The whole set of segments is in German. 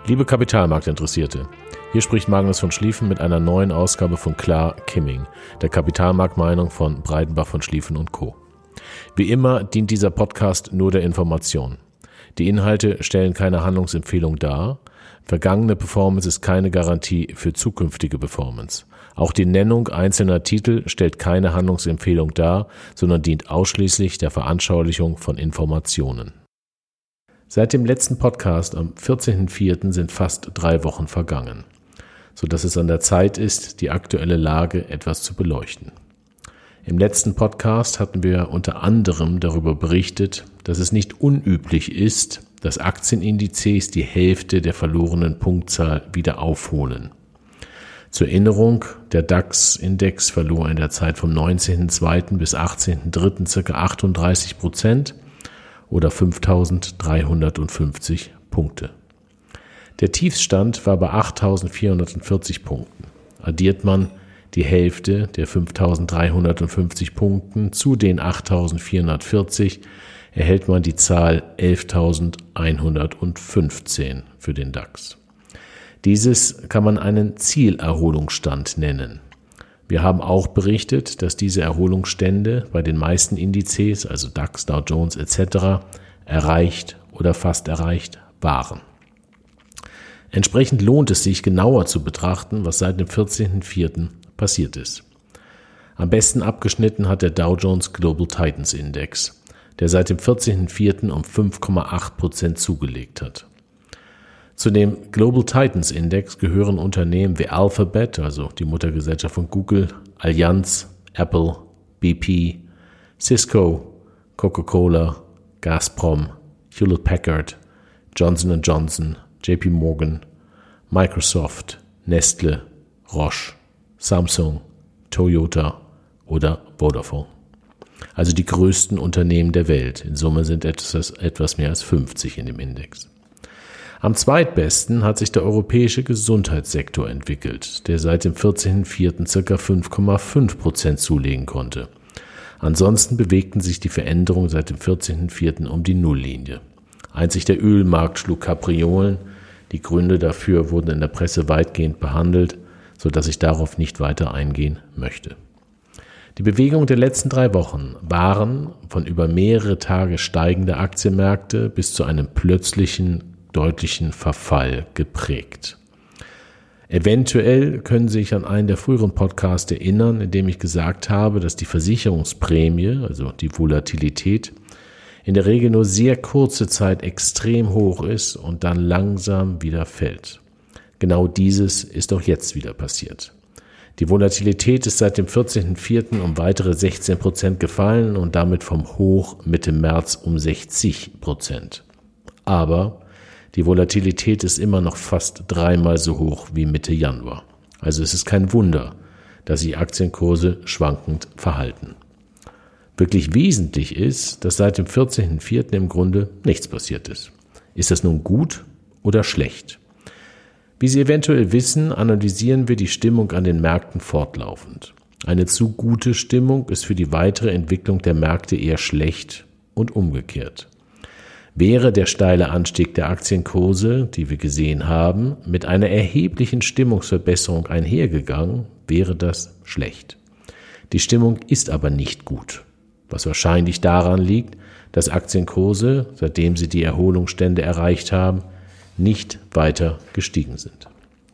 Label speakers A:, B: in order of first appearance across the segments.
A: Liebe Kapitalmarktinteressierte, hier spricht Magnus von Schlieffen mit einer neuen Ausgabe von Klar Kimming, der Kapitalmarktmeinung von Breidenbach von Schlieffen und Co. Wie immer dient dieser Podcast nur der Information. Die Inhalte stellen keine Handlungsempfehlung dar. Vergangene Performance ist keine Garantie für zukünftige Performance. Auch die Nennung einzelner Titel stellt keine Handlungsempfehlung dar, sondern dient ausschließlich der Veranschaulichung von Informationen. Seit dem letzten Podcast am 14.04. sind fast 3 Wochen vergangen, sodass es an der Zeit ist, die aktuelle Lage etwas zu beleuchten. Im letzten Podcast hatten wir unter anderem darüber berichtet, dass es nicht unüblich ist, dass Aktienindizes die Hälfte der verlorenen Punktzahl wieder aufholen. Zur Erinnerung, der DAX-Index verlor in der Zeit vom 19.02. bis 18.03. ca. 38% oder 5.350 Punkte. Der Tiefstand war bei 8.440 Punkten. Addiert man die Hälfte der 5.350 Punkten zu den 8.440, erhält man die Zahl 11.115 für den DAX. Dieses kann man einen Zielerholungsstand nennen. Wir haben auch berichtet, dass diese Erholungsstände bei den meisten Indizes, also DAX, Dow Jones etc., erreicht oder fast erreicht waren. Entsprechend lohnt es sich, genauer zu betrachten, was seit dem 14.04. passiert ist. Am besten abgeschnitten hat der Dow Jones Global Titans Index, der seit dem 14.04. um 5,8% zugelegt hat. Zu dem Global Titans Index gehören Unternehmen wie Alphabet, also die Muttergesellschaft von Google, Allianz, Apple, BP, Cisco, Coca-Cola, Gazprom, Hewlett Packard, Johnson & Johnson, JP Morgan, Microsoft, Nestle, Roche, Samsung, Toyota oder Vodafone. Also die größten Unternehmen der Welt. In Summe sind etwas mehr als 50 in dem Index. Am zweitbesten hat sich der europäische Gesundheitssektor entwickelt, der seit dem 14.04. ca. 5,5% zulegen konnte. Ansonsten bewegten sich die Veränderungen seit dem 14.04. um die Nulllinie. Einzig der Ölmarkt schlug Kapriolen. Die Gründe dafür wurden in der Presse weitgehend behandelt, sodass ich darauf nicht weiter eingehen möchte. Die Bewegungen der letzten 3 Wochen waren von über mehrere Tage steigender Aktienmärkte bis zu einem plötzlichen deutlichen Verfall geprägt. Eventuell können Sie sich an einen der früheren Podcasts erinnern, in dem ich gesagt habe, dass die Versicherungsprämie, also die Volatilität, in der Regel nur sehr kurze Zeit extrem hoch ist und dann langsam wieder fällt. Genau dieses ist auch jetzt wieder passiert. Die Volatilität ist seit dem 14.04. um weitere 16% gefallen und damit vom Hoch Mitte März um 60%. Aber die Volatilität ist immer noch fast 3-mal so hoch wie Mitte Januar. Also es ist kein Wunder, dass sich Aktienkurse schwankend verhalten. Wirklich wesentlich ist, dass seit dem 14.04. im Grunde nichts passiert ist. Ist das nun gut oder schlecht? Wie Sie eventuell wissen, analysieren wir die Stimmung an den Märkten fortlaufend. Eine zu gute Stimmung ist für die weitere Entwicklung der Märkte eher schlecht und umgekehrt. Wäre der steile Anstieg der Aktienkurse, die wir gesehen haben, mit einer erheblichen Stimmungsverbesserung einhergegangen, wäre das schlecht. Die Stimmung ist aber nicht gut, was wahrscheinlich daran liegt, dass Aktienkurse, seitdem sie die Erholungsstände erreicht haben, nicht weiter gestiegen sind.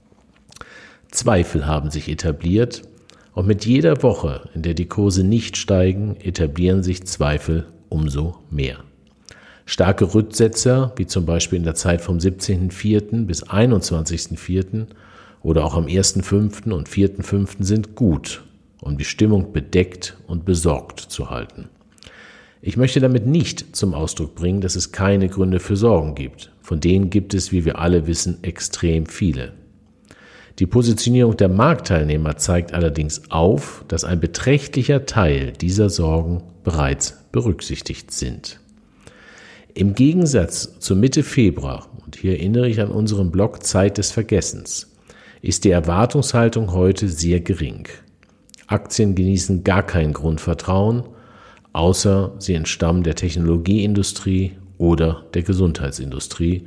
A: Zweifel haben sich etabliert und mit jeder Woche, in der die Kurse nicht steigen, etablieren sich Zweifel umso mehr. Starke Rücksetzer, wie zum Beispiel in der Zeit vom 17.04. bis 21.04. oder auch am 1.05. und 4.05. sind gut, um die Stimmung bedeckt und besorgt zu halten. Ich möchte damit nicht zum Ausdruck bringen, dass es keine Gründe für Sorgen gibt. Von denen gibt es, wie wir alle wissen, extrem viele. Die Positionierung der Marktteilnehmer zeigt allerdings auf, dass ein beträchtlicher Teil dieser Sorgen bereits berücksichtigt sind. Im Gegensatz zu Mitte Februar, und hier erinnere ich an unseren Blog Zeit des Vergessens, ist die Erwartungshaltung heute sehr gering. Aktien genießen gar kein Grundvertrauen, außer sie entstammen der Technologieindustrie oder der Gesundheitsindustrie,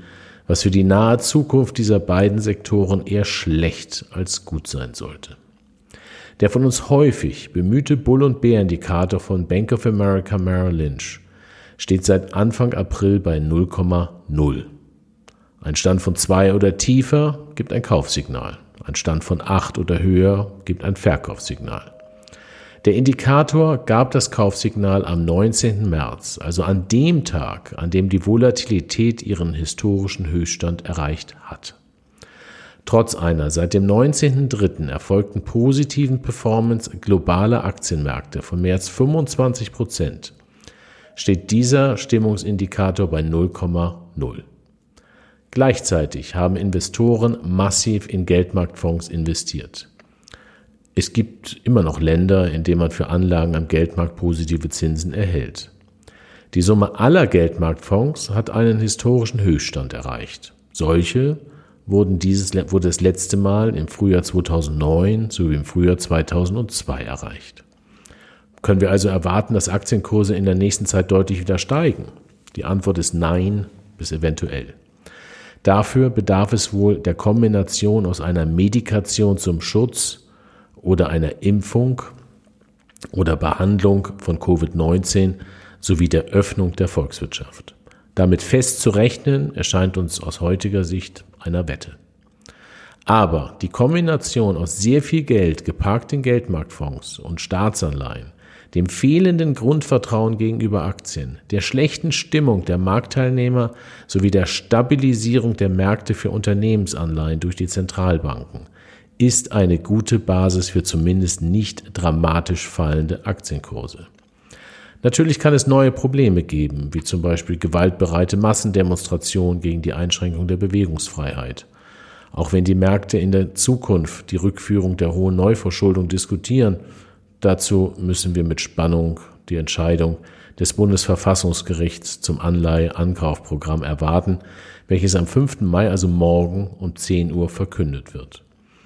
A: was für die nahe Zukunft dieser beiden Sektoren eher schlecht als gut sein sollte. Der von uns häufig bemühte Bull- und Bear-Indikator von Bank of America Merrill Lynch steht seit Anfang April bei 0,0. Ein Stand von 2 oder tiefer gibt ein Kaufsignal. Ein Stand von 8 oder höher gibt ein Verkaufssignal. Der Indikator gab das Kaufsignal am 19. März, also an dem Tag, an dem die Volatilität ihren historischen Höchststand erreicht hat. Trotz einer seit dem 19.03. erfolgten positiven Performance globaler Aktienmärkte von mehr als 25% steht dieser Stimmungsindikator bei 0,0. Gleichzeitig haben Investoren massiv in Geldmarktfonds investiert. Es gibt immer noch Länder, in denen man für Anlagen am Geldmarkt positive Zinsen erhält. Die Summe aller Geldmarktfonds hat einen historischen Höchststand erreicht. Solche wurde das letzte Mal im Frühjahr 2009 sowie im Frühjahr 2002 erreicht. Können wir also erwarten, dass Aktienkurse in der nächsten Zeit deutlich wieder steigen? Die Antwort ist nein, bis eventuell. Dafür bedarf es wohl der Kombination aus einer Medikation zum Schutz oder einer Impfung oder Behandlung von Covid-19 sowie der Öffnung der Volkswirtschaft. Damit fest zu rechnen, erscheint uns aus heutiger Sicht einer Wette. Aber die Kombination aus sehr viel Geld geparkt in Geldmarktfonds und Staatsanleihen, dem fehlenden Grundvertrauen gegenüber Aktien, der schlechten Stimmung der Marktteilnehmer sowie der Stabilisierung der Märkte für Unternehmensanleihen durch die Zentralbanken ist eine gute Basis für zumindest nicht dramatisch fallende Aktienkurse. Natürlich kann es neue Probleme geben, wie zum Beispiel gewaltbereite Massendemonstrationen gegen die Einschränkung der Bewegungsfreiheit. Auch wenn die Märkte in der Zukunft die Rückführung der hohen Neuverschuldung diskutieren, dazu müssen wir mit Spannung die Entscheidung des Bundesverfassungsgerichts zum Anleiheankaufprogramm erwarten, welches am 5. Mai, also morgen um 10 Uhr verkündet wird.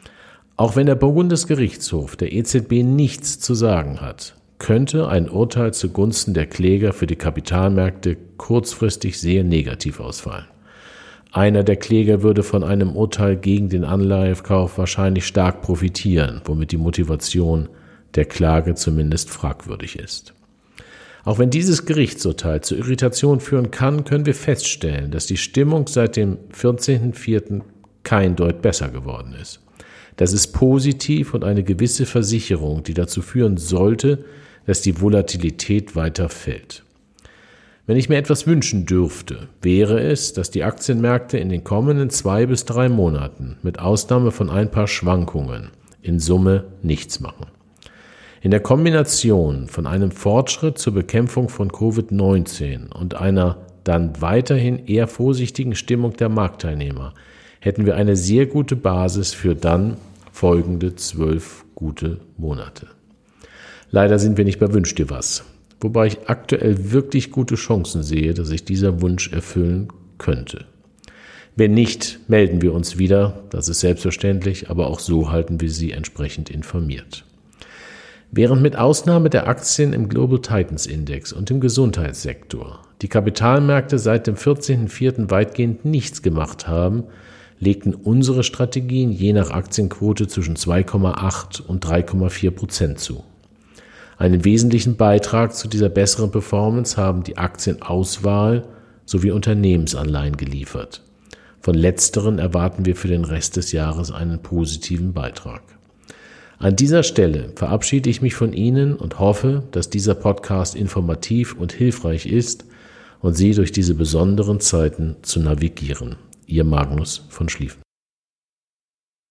A: Auch wenn der Bundesgerichtshof der EZB nichts zu sagen hat, könnte ein Urteil zugunsten der Kläger für die Kapitalmärkte kurzfristig sehr negativ ausfallen. Einer der Kläger würde von einem Urteil gegen den Anleihekauf wahrscheinlich stark profitieren, womit die Motivation der Klage zumindest fragwürdig ist. Auch wenn dieses Gerichtsurteil zu Irritation führen kann, können wir feststellen, dass die Stimmung seit dem 14.04. kein Deut besser geworden ist. Das ist positiv und eine gewisse Versicherung, die dazu führen sollte, dass die Volatilität weiter fällt. Wenn ich mir etwas wünschen dürfte, wäre es, dass die Aktienmärkte in den kommenden 2 bis 3 Monaten mit Ausnahme von ein paar Schwankungen in Summe nichts machen. In der Kombination von einem Fortschritt zur Bekämpfung von Covid-19 und einer dann weiterhin eher vorsichtigen Stimmung der Marktteilnehmer hätten wir eine sehr gute Basis für dann folgende 12 gute Monate. Leider sind wir nicht bei Wünsch dir was, wobei ich aktuell wirklich gute Chancen sehe, dass sich dieser Wunsch erfüllen könnte. Wenn nicht, melden wir uns wieder, das ist selbstverständlich, aber auch so halten wir Sie entsprechend informiert. Während mit Ausnahme der Aktien im Global Titans Index und im Gesundheitssektor die Kapitalmärkte seit dem 14.04. weitgehend nichts gemacht haben, legten unsere Strategien je nach Aktienquote zwischen 2,8 und 3,4% zu. Einen wesentlichen Beitrag zu dieser besseren Performance haben die Aktienauswahl sowie Unternehmensanleihen geliefert. Von letzteren erwarten wir für den Rest des Jahres einen positiven Beitrag. An dieser Stelle verabschiede ich mich von Ihnen und hoffe, dass dieser Podcast informativ und hilfreich ist und Sie durch diese besonderen Zeiten zu navigieren. Ihr Magnus von Schlieffen.